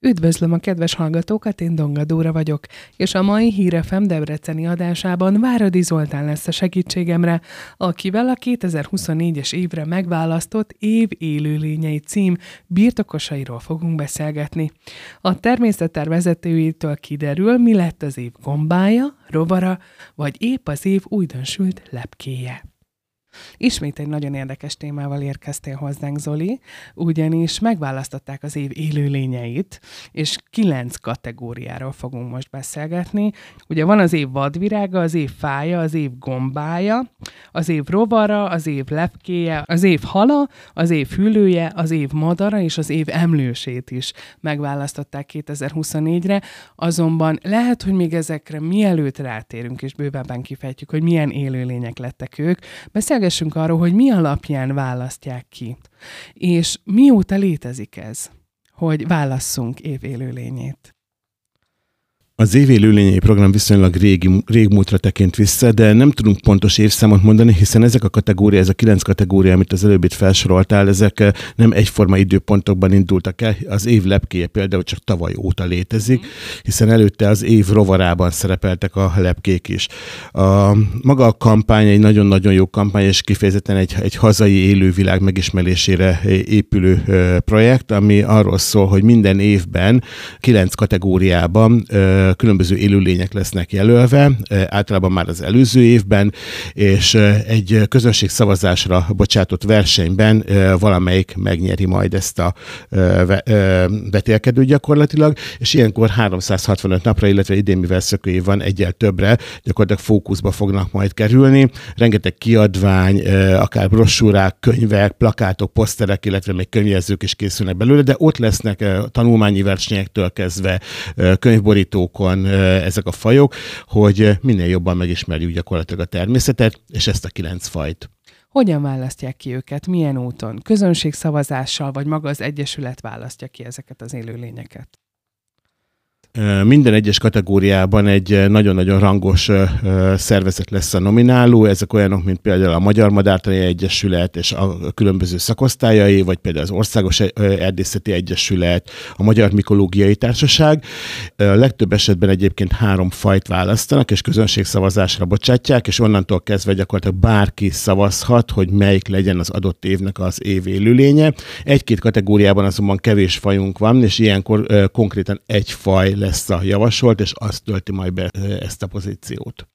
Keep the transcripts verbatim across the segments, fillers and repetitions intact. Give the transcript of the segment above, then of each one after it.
Üdvözlöm a kedves hallgatókat, én Donga Dóra vagyok, és a mai Hír ef em debreceni adásában Váradi Zoltán lesz a segítségemre, akivel a kétezer-huszonnégyes évre megválasztott Év élőlényei cím birtokosairól fogunk beszélgetni. A természetár vezetőjétől kiderül, mi lett az év gombája, rovara, vagy épp az év újdonsült lepkéje. Ismét egy nagyon érdekes témával érkeztél hozzánk, Zoli, ugyanis megválasztották az év élőlényeit, és kilenc kategóriáról fogunk most beszélgetni. Ugye van az év vadvirága, az év fája, az év gombája, az év rovara, az év lepkéje, az év hala, az év hüllője, az év madara és az év emlősét is megválasztották kétezer-huszonnégyre, azonban lehet, hogy még ezekre mielőtt rátérünk és bővebben kifejtjük, hogy milyen élőlények lettek ők, beszélgetünk arról, hogy mi alapján választják ki, és mióta létezik ez, hogy válasszunk év élőlényét. Az év élőlényei program viszonylag régi, régmúltra tekint vissza, de nem tudunk pontos évszámot mondani, hiszen ezek a kategória, ez a kilenc kategória, amit az előbb itt felsoroltál, ezek nem egyforma időpontokban indultak el. Az év lepkéje például csak tavaly óta létezik, hiszen előtte az év rovarában szerepeltek a lepkék is. A, maga a kampány egy nagyon-nagyon jó kampány, és kifejezetten egy, egy hazai élővilág megismerésére épülő projekt, ami arról szól, hogy minden évben kilenc kategóriában különböző élőlények lesznek jelölve, általában már az előző évben, és egy közönség szavazásra bocsátott versenyben valamelyik megnyeri majd ezt a vetélkedőt gyakorlatilag, és ilyenkor háromszázhatvanöt napra, illetve idén, mivel szökőév van, egyel többre gyakorlatilag fókuszba fognak majd kerülni. Rengeteg kiadvány, akár brossúrák, könyvek, plakátok, poszterek, illetve még könyvjelzők is készülnek belőle, de ott lesznek tanulmányi versenyektől kezdve könyvborítók, ezek a fajok, hogy minél jobban megismerjük gyakorlatilag a természetet, és ezt a kilenc fajt. Hogyan választják ki őket? Milyen úton? Közönségszavazással, vagy maga az egyesület választja ki ezeket az élőlényeket? Minden egyes kategóriában egy nagyon-nagyon rangos szervezet lesz a nomináló. Ezek olyanok, mint például a Magyar Madártani Egyesület és a különböző szakosztályai, vagy például az Országos Erdészeti Egyesület, a Magyar Mikológiai Társaság. A legtöbb esetben egyébként három fajt választanak, és közönségszavazásra bocsátják, és onnantól kezdve gyakorlatilag bárki szavazhat, hogy melyik legyen az adott évnek az év élőlénye. Egy-két kategóriában azonban kevés fajunk van, és ilyenkor konkrétan egy faj lesz a javasolt, és azt tölti majd be ezt a pozíciót.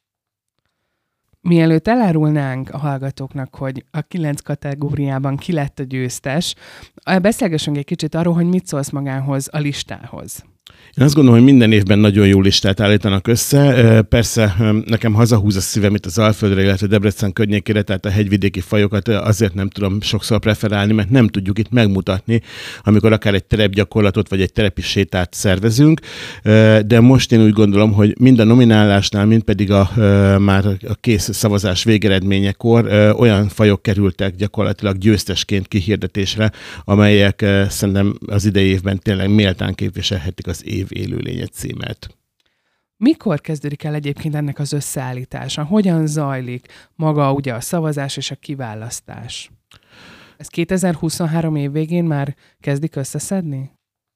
Mielőtt elárulnánk a hallgatóknak, hogy a kilenc kategóriában ki lett a győztes, beszélgessünk egy kicsit arról, hogy mit szólsz magához, a listához. Én azt gondolom, hogy minden évben nagyon jó listát állítanak össze. Persze nekem hazahúz a szívem itt az Alföldre, illetve Debrecen környékére, tehát a hegyvidéki fajokat azért nem tudom sokszor preferálni, mert nem tudjuk itt megmutatni, amikor akár egy terepgyakorlatot vagy egy terepi sétát szervezünk. De most én úgy gondolom, hogy mind a nominálásnál, mind pedig a már a kész szavazás végeredményekor olyan fajok kerültek gyakorlatilag győztesként kihirdetésre, amelyek szerintem az idei évben tényleg méltán képviselhetik az év élőlénye címet. Mikor kezdődik el egyébként ennek az összeállítása? Hogyan zajlik maga ugye a szavazás és a kiválasztás? Ez kétezer-huszonhárom év végén már kezdik összeszedni?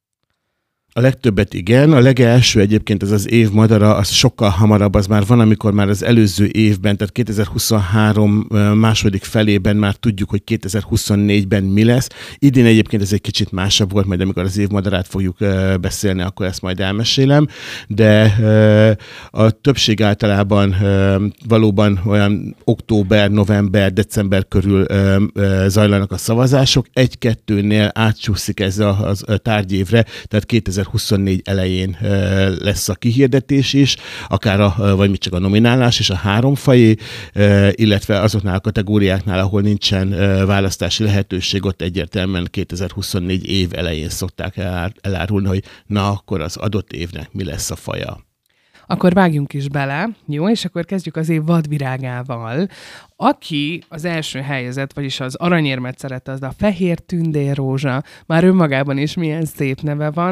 A legtöbbet igen, a legelső egyébként ez az év madara, az sokkal hamarabb, az már van, amikor már az előző évben, tehát kétezer-huszonhárom második felében már tudjuk, hogy kétezer-huszonnégyben mi lesz. Idén egyébként ez egy kicsit másabb volt, majd amikor az év madarát fogjuk beszélni, akkor ezt majd elmesélem, de a többség általában valóban olyan október, november, december körül zajlanak a szavazások, egy-kettőnél átcsúszik ez a, a tárgyévre, tehát kétezer-huszonnégy elején lesz a kihirdetés is, akár a, vagy mit csak a nominálás és a három fajé, illetve azoknál a kategóriáknál, ahol nincsen választási lehetőség, ott egyértelműen kétezer-huszonnégy év elején szokták elárulni, hogy na, akkor az adott évnek mi lesz a faja. Akkor vágjunk is bele, jó? És akkor kezdjük az év vadvirágával. Aki az első helyezett, vagyis az aranyérmet szerette, az a fehér tündérrózsa, már önmagában is milyen szép neve van.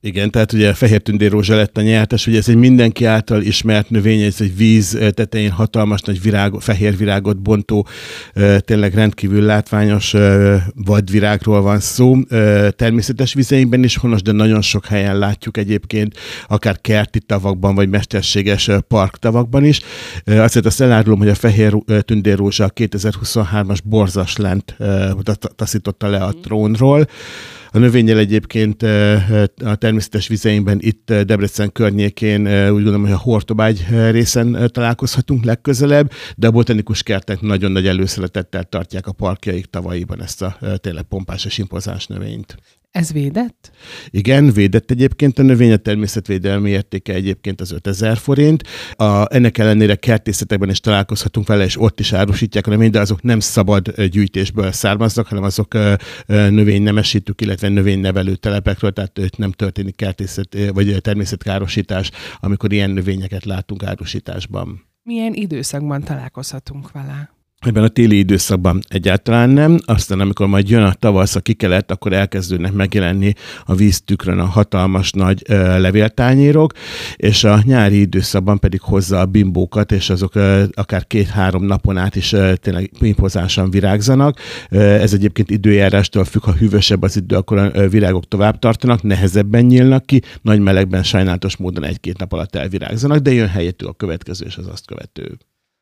Igen, tehát ugye a fehér tündérrózsa lett a nyertes, ugye ez egy mindenki által ismert növény, ez egy víz tetején hatalmas nagy virág, fehér virágot bontó, tényleg rendkívül látványos vadvirágról van szó. Természetes vizeinkben is honos, de nagyon sok helyen látjuk egyébként, akár kerti tavakban, vagy mesterséges parktavakban is. Azért azt elárulom, hogy a fehér tündérrózsa a kétezer-huszonhármas Borzas-lent taszította le a trónról. A növényel egyébként a természetes vizeinkben itt Debrecen környékén úgy gondolom, hogy a Hortobágy részen találkozhatunk legközelebb, de a botanikus kertek nagyon nagy előszeretettel tartják a parkjaik tavaiban ezt a tényleg pompás és impozáns növényt. Ez védett? Igen, védett egyébként a növény, a természetvédelmi értéke egyébként az ötezer forint. A, ennek ellenére kertészetekben is találkozhatunk vele, és ott is árusítják a növényt, de azok nem szabad gyűjtésből származnak, hanem azok növénynemesítők, illetve növénynevelő telepekről, tehát nem történik kertészet vagy természetkárosítás, amikor ilyen növényeket látunk árusításban. Milyen időszakban találkozhatunk vele? Ebben a téli időszakban egyáltalán nem, aztán amikor majd jön a tavasz, a kikelet, akkor elkezdődnek megjelenni a víztükrön a hatalmas nagy ö, levéltányérok, és a nyári időszakban pedig hozza a bimbókat, és azok ö, akár két-három napon át is ö, tényleg impozánsan virágzanak. Ö, ez egyébként időjárástól függ, ha hűvösebb az idő, akkor a virágok tovább tartanak, nehezebben nyílnak ki, nagy melegben sajnálatos módon egy-két nap alatt elvirágzanak, de jön helyettől a következő és az azt követő.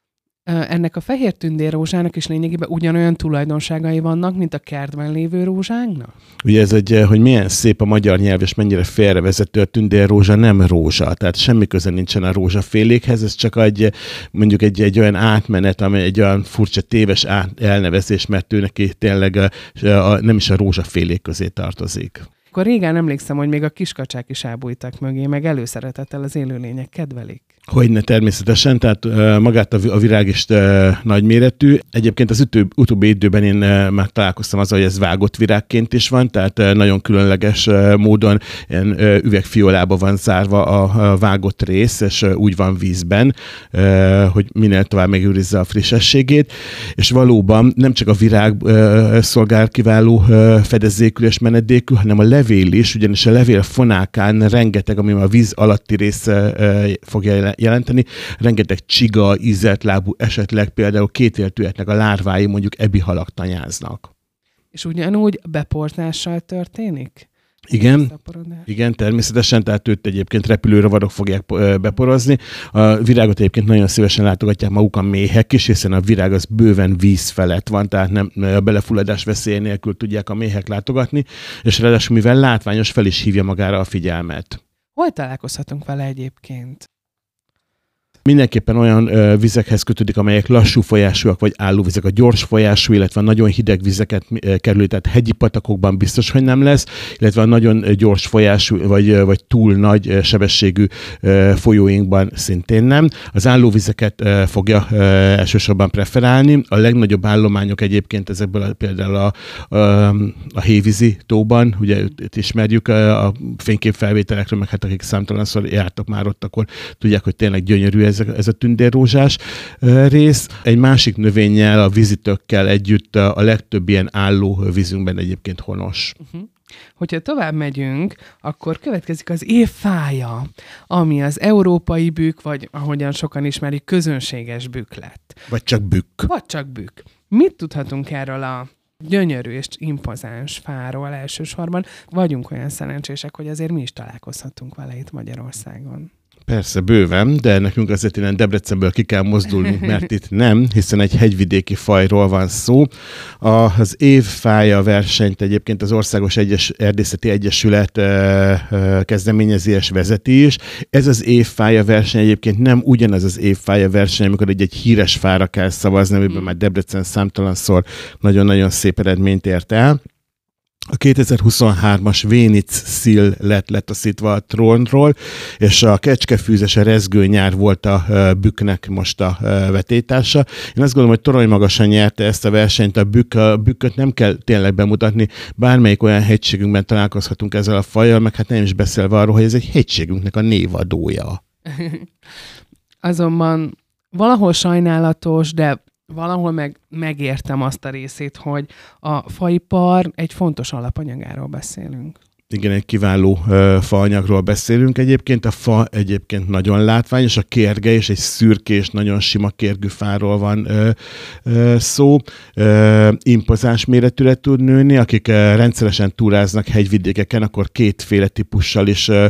Ennek a fehér tündérrózsának is lényegében ugyanolyan tulajdonságai vannak, mint a kertben lévő rózsánknak? Ugye ez egy, hogy milyen szép a magyar nyelv, és mennyire félrevezető, a tündérrózsa nem rózsa, tehát semmi köze nincsen a rózsafélékhez, ez csak egy, mondjuk egy, egy olyan átmenet, amely egy olyan furcsa téves át, elnevezés, mert ő neki tényleg a, a, nem is a rózsafélék közé tartozik. Akkor régen emlékszem, hogy még a kiskacsák is ábújtak mögé, meg előszeretettel az élőlények kedvelik. Hogyne, természetesen, tehát uh, magát a virág is uh, nagyméretű. Egyébként az ütő, utóbbi időben én uh, már találkoztam azzal, hogy ez vágott virágként is van, tehát uh, nagyon különleges uh, módon ilyen uh, üvegfiolába van zárva a, a vágott rész, és uh, úgy van vízben, uh, hogy minél tovább megőrizze a frissességét, és valóban nem csak a virág uh, szolgál kiváló uh, fedezékül és menedékül, hanem a levél is, ugyanis a levél fonákán rengeteg, ami a víz alatti rész uh, fogja jelenteni, rengeteg csiga, ízeltlábú, esetleg például kétéltűeknek a lárvái mondjuk ebihalak tanyáznak. És ugyanúgy beporzással történik? Igen, igen, természetesen, tehát őt egyébként repülőrovarok fogják beporozni. A virágot egyébként nagyon szívesen látogatják maguk a méhek is, hiszen a virág az bőven víz felett van, tehát nem a belefulladás veszélye nélkül tudják a méhek látogatni, és ráadásul mivel látványos, fel is hívja magára a figyelmet. Hol találkozhatunk vele egyébként? Mindenképpen olyan ö, vizekhez kötődik, amelyek lassú folyásúak, vagy állóvizek. A gyors folyású, illetve a nagyon hideg vizeket ö, kerül, tehát hegyi patakokban biztos, hogy nem lesz, illetve a nagyon gyors folyású, vagy, ö, vagy túl nagy ö, sebességű ö, folyóinkban szintén nem. Az állóvizeket ö, fogja ö, elsősorban preferálni. A legnagyobb állományok egyébként ezekből a, például a, a, a Hévízi tóban, ugye itt ismerjük a, a fényképfelvételekről, meg hát akik számtalanszor jártak már ott, akkor tudják, hogy tényleg gyönyörű ez a, ez a tündérrózsás uh, rész. Egy másik növényel, a vízitökkel együtt a, a legtöbb ilyen álló vízünkben egyébként honos. Uh-huh. Hogyha tovább megyünk, akkor következik az évfája, ami az európai bükk, vagy ahogyan sokan ismerik, közönséges bükk lett. Vagy csak bükk. Vagy csak bükk. Mit tudhatunk erről a gyönyörű és impozáns fáról elsősorban? Vagyunk olyan szerencsések, hogy azért mi is találkozhatunk vele itt Magyarországon. Persze, bőven, de nekünk azért innen Debrecenből ki kell mozdulnunk, mert itt nem, hiszen egy hegyvidéki fajról van szó. A, az évfája versenyt egyébként az Országos Egyes, Erdészeti Egyesület e, e, kezdeményezi és vezeti is. Ez az évfája verseny egyébként nem ugyanaz az évfája verseny, amikor egy, egy híres fára kell szavazni, amiben mm. már Debrecen számtalanszor nagyon-nagyon szép eredményt ért el. A kétezer-huszonhármas Vénic szil lett letaszítva a trónról, és a kecskefűzes a rezgő nyár volt a bükknek most a vetétása. Én azt gondolom, hogy torony magasan nyerte ezt a versenyt, a bükk, a bükköt nem kell tényleg bemutatni, bármelyik olyan hegységünkben találkozhatunk ezzel a fajjal, meg hát nem is beszélve arról, hogy ez egy hegységünknek a névadója. Azonban valahol sajnálatos, de valahol meg megértem azt a részét, hogy a faipar egy fontos alapanyagáról beszélünk. Igen, egy kiváló uh, faanyagról beszélünk egyébként. A fa egyébként nagyon látványos, a kérge és egy szürkés, nagyon sima kérgű fáról van uh, uh, szó. Uh, impozáns méretűre tud nőni, akik uh, rendszeresen túráznak hegyvidékeken, akkor kétféle típussal is uh,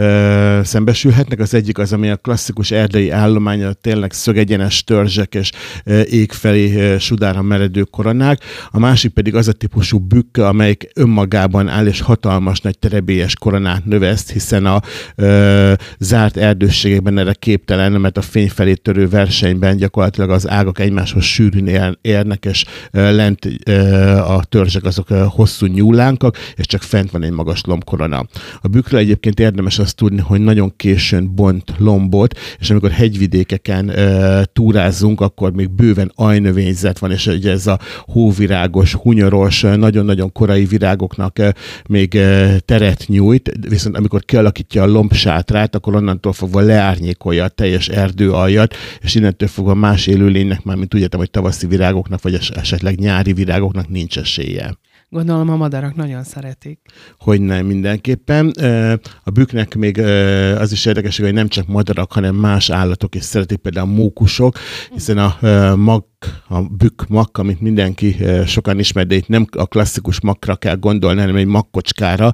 uh, szembesülhetnek. Az egyik az, ami a klasszikus erdei állománya, tényleg szögegyenes törzsek és uh, ég felé uh, sudára meredő koronák. A másik pedig az a típusú bükk, amelyik önmagában áll és hatalmas nagy terebélyes koronát növeszt, hiszen a ö, zárt erdősségekben erre képtelen, mert a fény felé törő versenyben gyakorlatilag az ágak egymáshoz sűrűn ér, érnek, és ö, lent ö, a törzsek azok ö, hosszú nyúlánkak, és csak fent van egy magas lombkorona. A bükkről egyébként érdemes azt tudni, hogy nagyon későn bont lombot, és amikor hegyvidékeken ö, túrázunk, akkor még bőven ajnövényzet van, és ugye ez a hóvirágos, hunyoros, nagyon-nagyon korai virágoknak ö, még ö, teret nyújt, viszont amikor kialakítja a lombsátrát, akkor onnantól fogva leárnyékolja a teljes erdőaljat, és innentől fogva más élőlénynek, már mint tudjátok, hogy tavaszi virágoknak, vagy esetleg nyári virágoknak nincs esélye. Gondolom a madarak nagyon szeretik. Hogy nem, mindenképpen. A bükknek még az is érdekes, hogy nem csak madarak, hanem más állatok is szeretik, például a mókusok, hiszen a mag, a bükk makk, amit mindenki sokan ismer, de itt nem a klasszikus makkra kell gondolni, hanem egy makkocskára,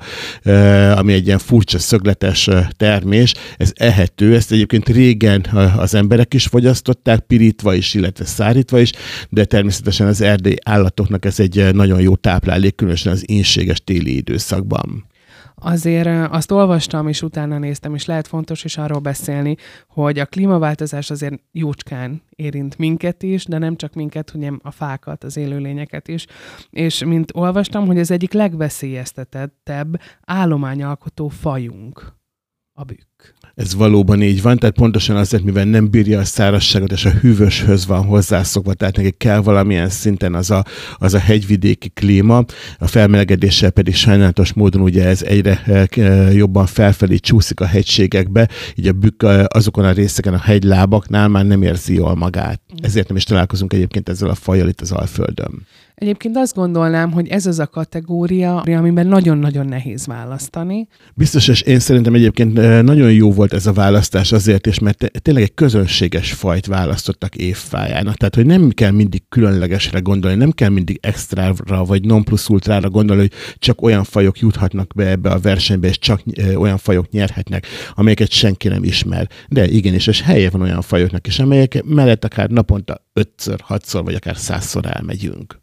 ami egy ilyen furcsa szögletes termés. Ez ehető, ezt egyébként régen az emberek is fogyasztották, pirítva is, illetve szárítva is, de természetesen az erdei állatoknak ez egy nagyon jó táplálék, különösen az ínséges téli időszakban. Azért azt olvastam, és utána néztem, és lehet fontos is arról beszélni, hogy a klímaváltozás azért jócskán érint minket is, de nem csak minket, hanem a fákat, az élőlényeket is. És mint olvastam, hogy az egyik legveszélyeztetettebb állományalkotó fajunk a bükk. Ez valóban így van, tehát pontosan azért, mivel nem bírja a szárazságot, és a hűvöshöz van hozzászokva, tehát neki kell valamilyen szinten az a, az a hegyvidéki klíma, a felmelegedéssel pedig sajnálatos módon ugye ez egyre jobban felfelé csúszik a hegységekbe, így a bükk azokon a részeken, a hegylábaknál már nem érzi jól magát. Ezért nem is találkozunk egyébként ezzel a fajjal itt az Alföldön. Egyébként azt gondolnám, hogy ez az a kategória, amiben nagyon-nagyon nehéz választani. Biztos, és én szerintem egyébként nagyon jó volt ez a választás azért is, mert tényleg egy közönséges fajt választottak évfájának. Tehát, hogy nem kell mindig különlegesre gondolni, nem kell mindig extrára vagy non plus ultrára gondolni, hogy csak olyan fajok juthatnak be ebbe a versenybe, és csak olyan fajok nyerhetnek, amelyeket senki nem ismer. De igenis, és helye van olyan fajoknak is, amelyek mellett akár naponta ötször, hatszor, vagy akár százszor elmegyünk.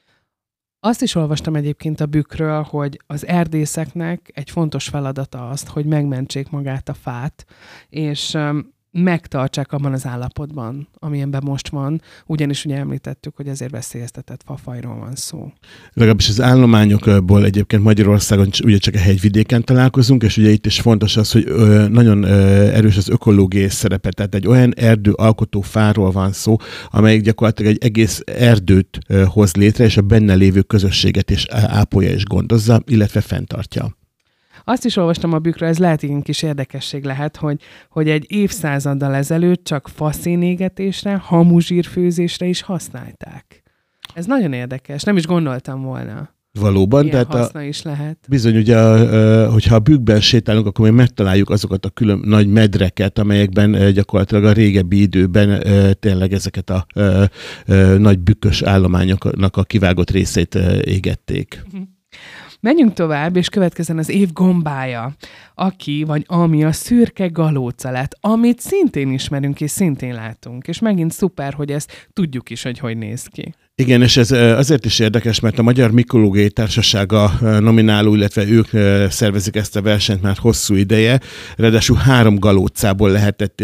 Azt is olvastam egyébként a bükkről, hogy az erdészeknek egy fontos feladata az, hogy megmentsék magát a fát, és um, megtartsák abban az állapotban, amilyenben most van, ugyanis ugye említettük, hogy ezért veszélyeztetett fafajról van szó. Legalábbis az állományokból egyébként Magyarországon ugye csak a hegyvidéken találkozunk, és ugye itt is fontos az, hogy ö, nagyon ö, erős az ökológiai szerepe, tehát egy olyan erdő alkotó fáról van szó, amelyik gyakorlatilag egy egész erdőt ö, hoz létre, és a benne lévő közösséget is ápolja és gondozza, illetve fenntartja. Azt is olvastam a bükkről, ez lehet ilyen kis érdekesség lehet, hogy, hogy egy évszázaddal ezelőtt csak faszénégetésre, hamuzsírfőzésre is használták. Ez nagyon érdekes, nem is gondoltam volna. Valóban, ilyen tehát haszna is lehet. Bizony, ugye, hogyha a bükkben sétálunk, akkor még megtaláljuk azokat a külön nagy medreket, amelyekben gyakorlatilag a régebbi időben tényleg ezeket a nagy bükkös állományoknak a kivágott részét égették. Uh-huh. Menjünk tovább, és következzen az év gombája, aki vagy ami a szürke galóca lett, amit szintén ismerünk és szintén látunk. És megint szuper, hogy ezt tudjuk is, hogy hogy néz ki. Igen, és ez azért is érdekes, mert a Magyar Mikológiai Társasága nomináló, illetve ők szervezik ezt a versenyt már hosszú ideje. Ráadásul három galócából lehetett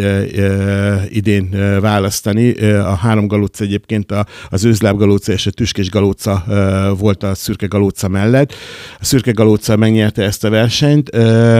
idén választani. A három galóca egyébként az őzlábgalóca és a tüskés galóca volt a szürke galóca mellett. A szürke galóca megnyerte ezt a versenyt,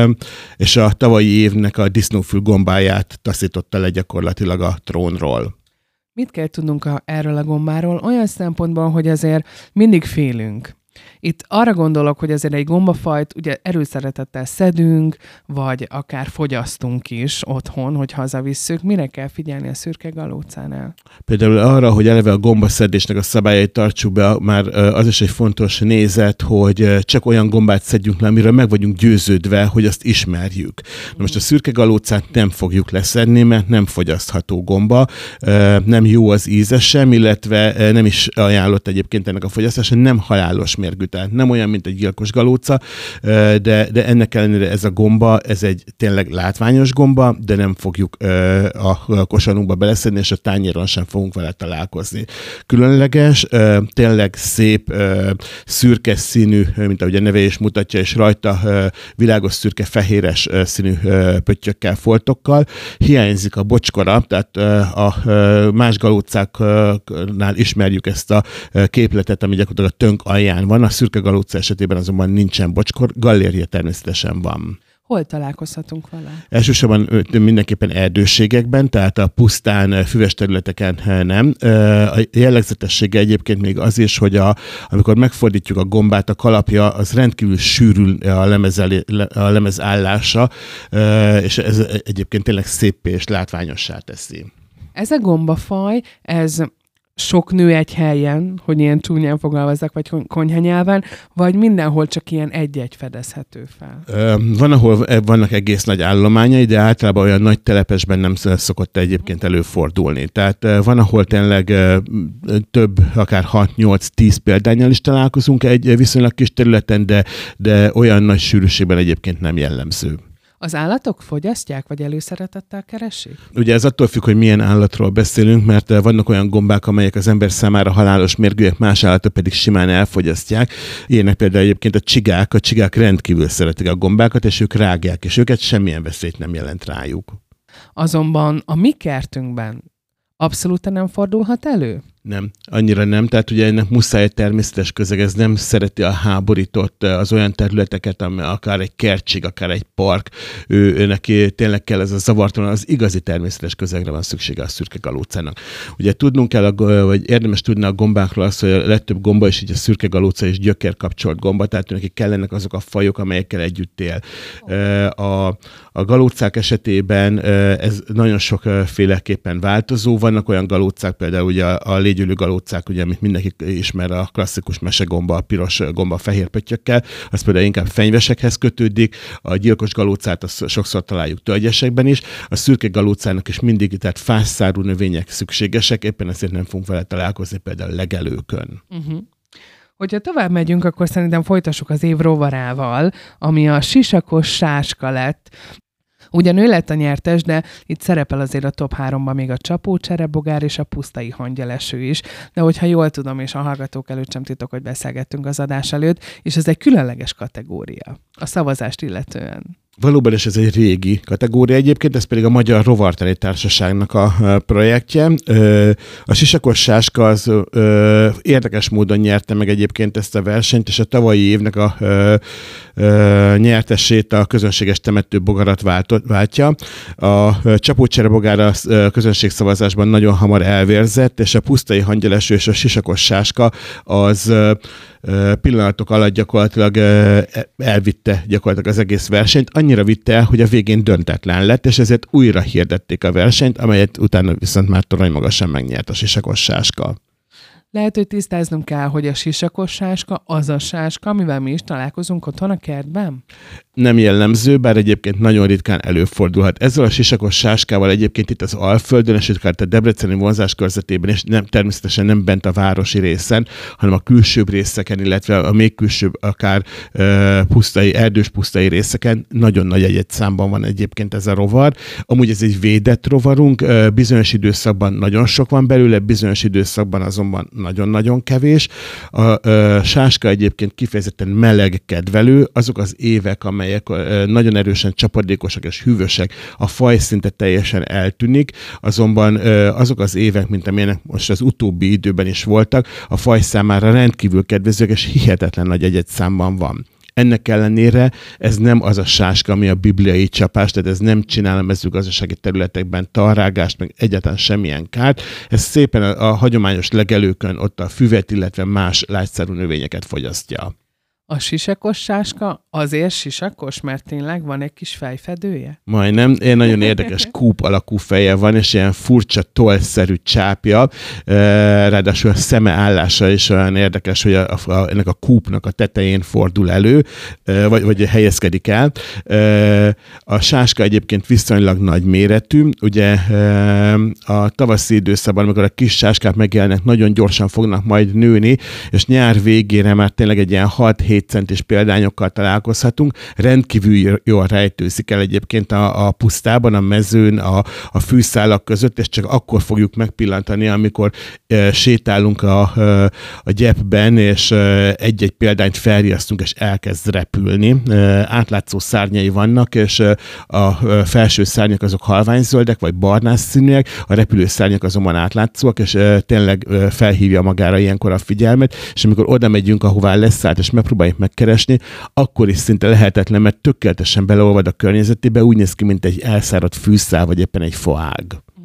és a tavalyi évnek a disznófül gombáját taszította le gyakorlatilag a trónról. Mit kell tudnunk a, erről a gombáról? Olyan szempontból, hogy azért mindig félünk. Itt arra gondolok, hogy azért egy gombafajt ugye erőszeretettel szedünk, vagy akár fogyasztunk is otthon, hogy hazavisszük. Mire kell figyelni a szürke galócánál? Például arra, hogy eleve a gombaszedésnek a szabályait tartsuk be, már az is egy fontos nézet, hogy csak olyan gombát szedjünk le, amiről meg vagyunk győződve, hogy azt ismerjük. Na most a szürke galócát nem fogjuk leszedni, mert nem fogyasztható gomba, nem jó az íze sem, illetve nem is ajánlott egyébként ennek a fogyasztása, nem halálos mérgű, tehát nem olyan, mint egy gyilkos galóca, de, de ennek ellenére ez a gomba, ez egy tényleg látványos gomba, de nem fogjuk a kosarunkba beleszedni, és a tányéron sem fogunk vele találkozni. Különleges, tényleg szép, szürke színű, mint ahogy a neve is mutatja, és rajta világos szürke fehéres színű pöttyökkel, foltokkal. Hiányzik a bocskora, tehát a más galócáknál ismerjük ezt a képletet, ami gyakorlatilag a tönk alján van, a szürke galóca esetében azonban nincsen bocskor, gallérje természetesen van. Hol találkozhatunk vele? Elsősorban mindenképpen erdőségekben, tehát a pusztán füves területeken nem. A jellegzetessége egyébként még az is, hogy a, amikor megfordítjuk a gombát, a kalapja az rendkívül sűrű a lemez, elé, a lemez állása, és ez egyébként tényleg szép és látványossá teszi. Ez a gombafaj, ez sok nő egy helyen, hogy ilyen csúnyán fogalmazzak, vagy konyhanyelven, vagy mindenhol csak ilyen egy-egy fedezhető fel? Van, ahol vannak egész nagy állományai, de általában olyan nagy telepesben nem szokott egyébként előfordulni. Tehát van, ahol tényleg több, akár hat-nyolc-tíz példánnyal is találkozunk egy viszonylag kis területen, de, de olyan nagy sűrűségben egyébként nem jellemző. Az állatok fogyasztják, vagy előszeretettel keresik? Ugye ez attól függ, hogy milyen állatról beszélünk, mert vannak olyan gombák, amelyek az ember számára halálos mérgűek, más állatok pedig simán elfogyasztják. Ilyenek például egyébként a csigák. A csigák rendkívül szeretik a gombákat, és ők rágják, és őket semmilyen veszélyt nem jelent rájuk. Azonban a mi kertünkben abszolút nem fordulhat elő? Nem, annyira nem. Tehát ugye ennek muszáj egy természetes közeg, ez nem szereti a háborított, az olyan területeket, ami akár egy kertség, akár egy park, ő, ő neki tényleg kell ez a zavartalan, az igazi természetes közegre van szüksége a szürke galócának. Ugye tudnunk kell, vagy érdemes tudni a gombákról azt, hogy a legtöbb gomba is így a szürke galóca és gyökér kapcsolt gomba, tehát neki kellenek azok a fajok, amelyekkel együtt él. A, a galócák esetében ez nagyon sokféleképpen változó. Vannak olyan galócák, például ugye a, a légyülő galócák, ugye, amit mindenki ismer, a klasszikus mesegomba, a piros gomba a fehér pöttyökkel, az például inkább fenyvesekhez kötődik, a gyilkos galócát azt sokszor találjuk tölgyesekben is, a szürke galócának is mindig, tehát fásszárú növények szükségesek, éppen ezért nem fogunk vele találkozni például legelőkön. Uh-huh. Hogyha tovább megyünk, akkor szerintem folytassuk az év rovarával, ami a sisakos sáska lett. Ugyan ő lett a nyertes, de itt szerepel azért a top háromban még a csapó, cserebogár és a pusztai hangyaleső is. De hogyha jól tudom, és a hallgatók előtt sem titok, hogy beszélgettünk az adás előtt, és ez egy különleges kategória a szavazást illetően. Valóban is ez egy régi kategória egyébként, ez pedig a Magyar Rovartani Társaságnak a projektje. A sisakos sáska az érdekes módon nyerte meg egyébként ezt a versenyt, és a tavalyi évnek a nyertesét a közönséges temető bogarat váltja. A csapócserebogár a közönségszavazásban nagyon hamar elvérzett, és a pusztai hangyaleső és a sisakos sáska az pillanatok alatt gyakorlatilag elvitte gyakorlatilag az egész versenyt. Annyira vitte el, hogy a végén döntetlen lett, és ezért újra hirdették a versenyt, amelyet utána viszont már torony magasan megnyert a sisakos sáska. Lehet, hogy tisztáznunk kell, hogy a sisakos sáska az a sáska, amivel mi is találkozunk otthon a kertben? Nem jellemző, bár egyébként nagyon ritkán előfordulhat. Ezzel a sisakos sáskával egyébként itt az Alföldön, és itt a debreceni vonzás körzetében, és nem, természetesen nem bent a városi részen, hanem a külsőbb részeken, illetve a még külsőbb, akár uh, pusztai, erdős pusztai részeken nagyon nagy egy számban van egyébként ez a rovar. Amúgy ez egy védett rovarunk, uh, bizonyos időszakban nagyon sok van belőle, bizonyos időszakban azonban nagyon-nagyon kevés. A uh, sáska egyébként kifejezetten meleg kedvelő, azok az évek, amelyek nagyon erősen csapadékosak és hűvösek, a faj szinte teljesen eltűnik, azonban azok az évek, mint amilyenek most az utóbbi időben is voltak, a faj számára rendkívül kedvezőek, és hihetetlen nagy egy-egy számban van. Ennek ellenére ez nem az a sáska, ami a bibliai csapás, tehát ez nem csinál a mezőgazdasági területekben tarrágást, meg egyáltalán semmilyen kárt. Ez szépen a, a hagyományos legelőkön ott a füvet, illetve más lágyszárú növényeket fogyasztja. A sisakos sáska azért sisakos, mert tényleg van egy kis fejfedője? Majdnem. Ilyen nagyon érdekes kúp alakú feje van, és ilyen furcsa tollszerű csápja. Ráadásul a szeme állása is olyan érdekes, hogy a, a, ennek a kúpnak a tetején fordul elő, vagy, vagy helyezkedik el. A sáska egyébként viszonylag nagy méretű. Ugye a tavaszi időszakban, amikor a kis sáskák megjelennek, nagyon gyorsan fognak majd nőni, és nyár végére már tényleg egy ilyen hat-hét centis példányokkal találkozhatunk. Rendkívül jól rejtőzik el egyébként a, a pusztában, a mezőn, a, a fűszálak között, és csak akkor fogjuk megpillantani, amikor e, sétálunk a, a gyepben, és e, egy-egy példányt felriasztunk, és elkezd repülni. E, átlátszó szárnyai vannak, és e, a felső szárnyak azok halványzöldek, vagy barnás színűek, a repülő szárnyak azonban átlátszóak, és e, tényleg e, felhívja magára ilyenkor a figyelmet, és amikor oda megyünk, ahová leszállt, és megpróbáljuk megkeresni, akkor is szinte lehetetlen, mert tökéletesen beleolvad a környezetébe, úgy néz ki, mint egy elszáradt fűszál, vagy éppen egy faág.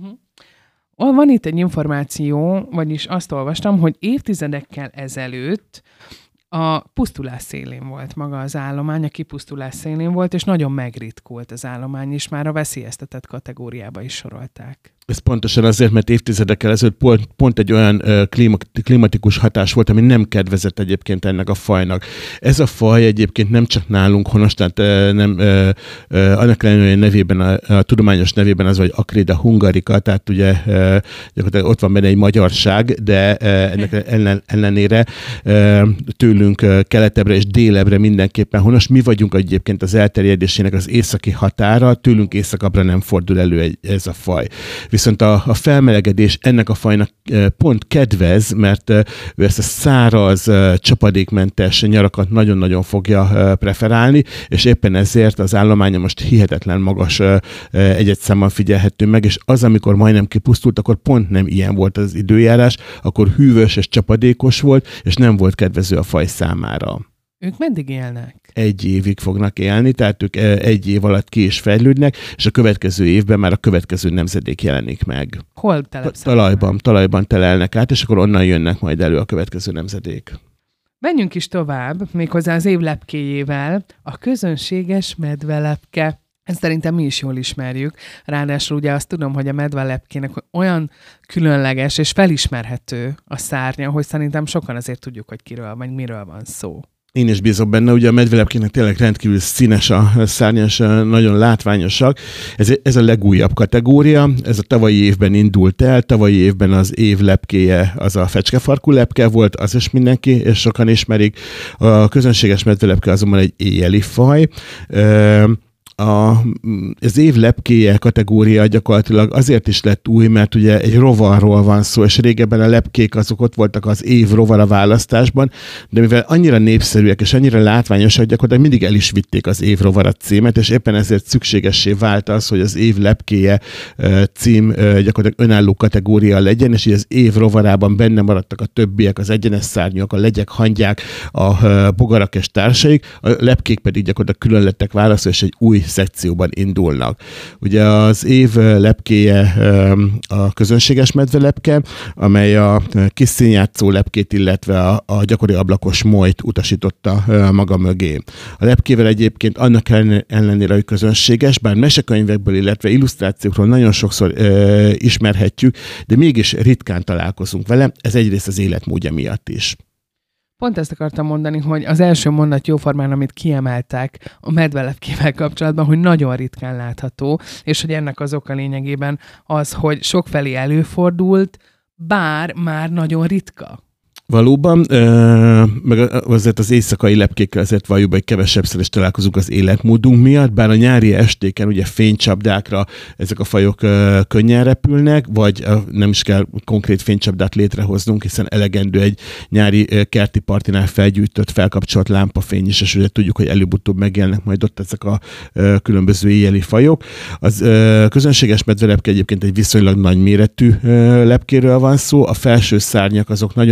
Uh-huh. Van itt egy információ, vagyis azt olvastam, hogy évtizedekkel ezelőtt a pusztulás szélén volt maga az állomány, a kipusztulás szélén volt, és nagyon megritkult az állomány, és már a veszélyeztetett kategóriába is sorolták. Ez pontosan azért, mert évtizedekkel ezelőtt pont, pont egy olyan uh, klíma, klimatikus hatás volt, ami nem kedvezett egyébként ennek a fajnak. Ez a faj egyébként nem csak nálunk honos, tehát uh, nem, uh, uh, annak ellenére nevében, a, a tudományos nevében az, hogy Acrida hungarica, tehát ugye uh, gyakorlatilag ott van benne egy magyarság, de uh, ennek ellen, ellenére uh, tőlünk uh, keletebbre és délebre mindenképpen honos. Mi vagyunk egyébként az elterjedésének az északi határa, tőlünk északabbra nem fordul elő egy, ez a faj. Viszont a, a felmelegedés ennek a fajnak pont kedvez, mert ő ezt a száraz, csapadékmentes nyarakat nagyon-nagyon fogja preferálni, és éppen ezért az állománya most hihetetlen magas egy-egy számmal figyelhető meg, és az, amikor majdnem kipusztult, akkor pont nem ilyen volt az időjárás, akkor hűvös és csapadékos volt, és nem volt kedvező a faj számára. Ők meddig élnek? Egy évig fognak élni, tehát ők egy év alatt ki is fejlődnek, és a következő évben már a következő nemzedék jelenik meg. Hol telepszenek? Talajban, talajban telelnek át, és akkor onnan jönnek majd elő a következő nemzedék. Menjünk is tovább, méghozzá az év lepkéjével, a közönséges medvelepke. Ezt szerintem mi is jól ismerjük. Ráadásul ugye azt tudom, hogy a medvelepkének olyan különleges és felismerhető a szárnya, hogy szerintem sokan azért tudjuk, hogy kiről vagy miről van szó. Én is bízok benne, ugye a medvelepkének tényleg rendkívül színes a szárnya, és nagyon látványosak. Ez, ez a legújabb kategória, ez a tavalyi évben indult el, tavalyi évben az év lepkéje az a fecskefarkú lepke volt, az is mindenki, és sokan ismerik. A közönséges medvelepke azonban egy éjjeli faj. A, az év lepkéje kategória gyakorlatilag azért is lett új, mert ugye egy rovarról van szó, és régebben a lepkék azok ott voltak az év rovara választásban, de mivel annyira népszerűek és annyira látványosak, gyakorlatilag mindig el is vitték az év rovara címet, és éppen ezért szükségessé vált az, hogy az év lepkéje cím gyakorlatilag önálló kategória legyen, és így az év rovarában benne maradtak a többiek, az egyenes szárnyak, a legyek, hangyák, a bogarak és társaik, a lepkék pedig gyakorlatilag külön lettek választva, és egy új szekcióban indulnak. Ugye az év lepkéje a közönséges medvelepke, amely a kis színjátszó lepkét, illetve a, a gyakori ablakos molyt utasította maga mögé. A lepkével egyébként annak ellenére, hogy közönséges, bár mesekönyvekből, illetve illusztrációkról nagyon sokszor ö, ismerhetjük, de mégis ritkán találkozunk vele, ez egyrészt az életmódja miatt is. Pont ezt akartam mondani, hogy az első mondat jóformán, amit kiemeltek a medvelepkével kapcsolatban, hogy nagyon ritkán látható, és hogy ennek az oka lényegében az, hogy sokfelé előfordult, bár már nagyon ritka. Valóban, meg azért az éjszakai lepkékkel azért valljuk, hogy kevesebbszer is találkozunk az életmódunk miatt, bár a nyári estéken ugye fénycsapdákra ezek a fajok könnyen repülnek, vagy nem is kell konkrét fénycsapdát létrehoznunk, hiszen elegendő egy nyári kerti partinál felgyújtott, felkapcsolt lámpafény is, és ugye tudjuk, hogy előbb-utóbb megjelennek majd ott ezek a különböző éjjeli fajok. Az közönséges medvelepke egyébként egy viszonylag nagy méretű lepkéről van szó, a felső szárnyak azok nagyon érdekes,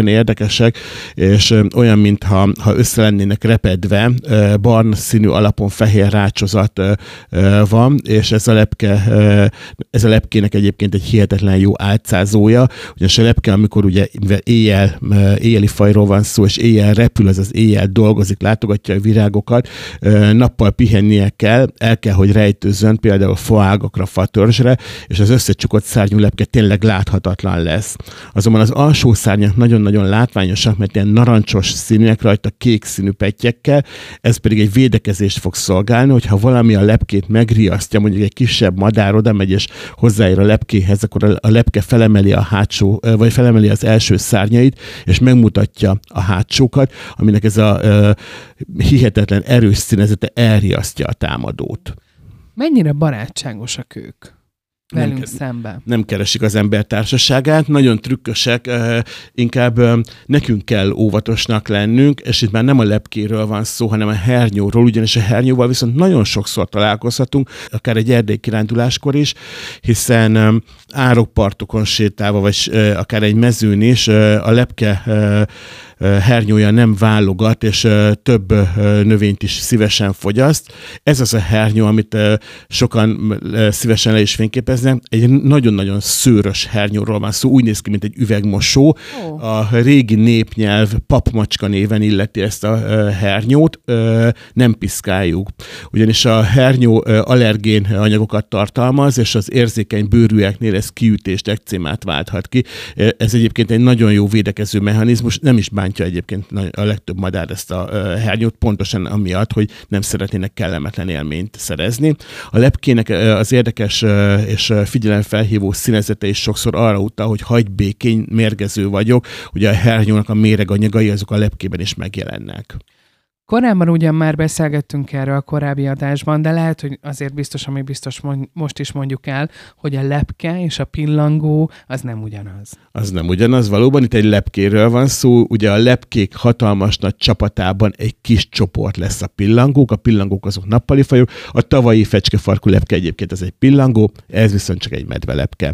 színesek, és olyan, mintha ha össze lennének repedve, barna színű alapon fehér rácsozat van, és ez a lepke, ez a lepkének egyébként egy hihetetlen jó álcázója, ugyanis a lepke, amikor ugye éjjel, éjjeli fajról van szó, és éjjel repül, az az éjjel dolgozik, látogatja a virágokat, nappal pihennie kell, el kell, hogy rejtőzzön például faágakra, fatörzsre, és az összecsukott szárnyú lepke tényleg láthatatlan lesz. Azonban az alsó szárnyak nagyon-nagyon látványosak, mert ilyen narancsos színűek, rajta kék színű pettyekkel, ez pedig egy védekezést fog szolgálni, hogyha valami a lepkét megriasztja, mondjuk egy kisebb madár oda megy és hozzáér a lepkéhez, akkor a lepke felemeli a hátsó, vagy felemeli az első szárnyait, és megmutatja a hátsókat, aminek ez a uh, hihetetlen erős színezete elriasztja a támadót. Mennyire barátságosak ők velünk nem, szemben? Nem keresik az ember társaságát, nagyon trükkösek, uh, inkább uh, nekünk kell óvatosnak lennünk, és itt már nem a lepkéről van szó, hanem a hernyóról, ugyanis a hernyóval viszont nagyon sokszor találkozhatunk, akár egy erdei kiránduláskor is, hiszen um, árokpartokon sétálva, vagy uh, akár egy mezőn is uh, a lepke uh, hernyója nem válogat, és több növényt is szívesen fogyaszt. Ez az a hernyó, amit sokan szívesen le is fényképeznek. Egy nagyon-nagyon szőrös hernyóról van szó, úgy néz ki, mint egy üvegmosó. Oh. A régi népnyelv papmacska néven illeti ezt a hernyót, nem piszkáljuk. Ugyanis a hernyó allergén anyagokat tartalmaz, és az érzékeny bőrűeknél ez kiütést, ekcémát válthat ki. Ez egyébként egy nagyon jó védekező mechanizmus, nem is bántja egyébként a legtöbb madár ezt a hernyót, pontosan amiatt, hogy nem szeretnének kellemetlen élményt szerezni. A lepkének az érdekes és figyelemfelhívó színezete is sokszor arra utal, hogy hagyj békén, mérgező vagyok, ugye a hernyónak a méreganyagai azok a lepkében is megjelennek. Korábban ugyan már beszélgettünk erről a korábbi adásban, de lehet, hogy azért biztos, ami biztos most is mondjuk el, hogy a lepke és a pillangó az nem ugyanaz. Az nem ugyanaz, valóban itt egy lepkéről van szó, ugye a lepkék hatalmas nagy csapatában egy kis csoport lesz a pillangók, a pillangók azok nappali fajok, a tavalyi fecskefarkú lepke egyébként ez egy pillangó, ez viszont csak egy medvelepke.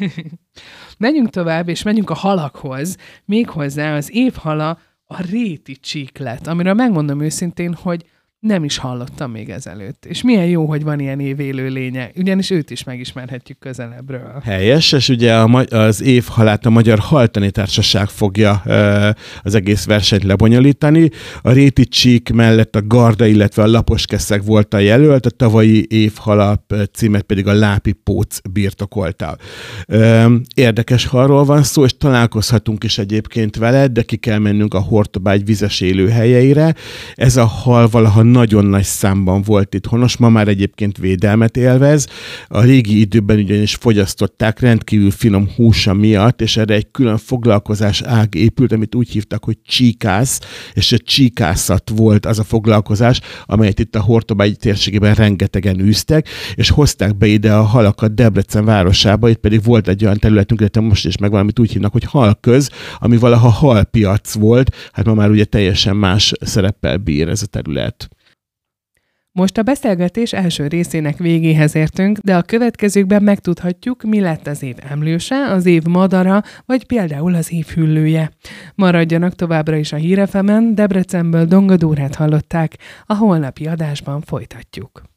Menjünk tovább, és menjünk a halakhoz, méghozzá az évhala a réti csíklet, amiről megmondom őszintén, hogy nem is hallottam még ezelőtt. És milyen jó, hogy van ilyen évélő lénye, ugyanis őt is megismerhetjük közelebbről. Helyes, és ugye a, az évhalát a Magyar Haltani Társaság fogja e, az egész versenyt lebonyolítani. A réti csík mellett a garda, illetve a laposkeszeg volt a jelölt, a tavalyi évhala címet pedig a lápi póc birtokolta. E, érdekes halról van szó, és találkozhatunk is egyébként vele, de ki kell mennünk a Hortobágy vizes élőhelyeire. Ez a hal valaha nagyon nagy számban volt itt honos, ma már egyébként védelmet élvez. A régi időben ugyanis fogyasztották rendkívül finom húsa miatt, és erre egy külön foglalkozás ág épült, amit úgy hívtak, hogy csíkász, és a csíkászat volt az a foglalkozás, amelyet itt a Hortobágy térségében rengetegen űztek, és hozták be ide a halakat Debrecen városába, itt pedig volt egy olyan területünk, illetve most is megvan, amit úgy hívnak, hogy halköz, ami valaha halpiac volt, hát ma már ugye teljesen más szereppel bír ez a terület. Most a beszélgetés első részének végéhez értünk, de a következőkben megtudhatjuk, mi lett az év emlőse, az év madara, vagy például az év hüllője. Maradjanak továbbra is a Hír ef emen, Debrecenből Donga Dórát hallották, a holnapi adásban folytatjuk.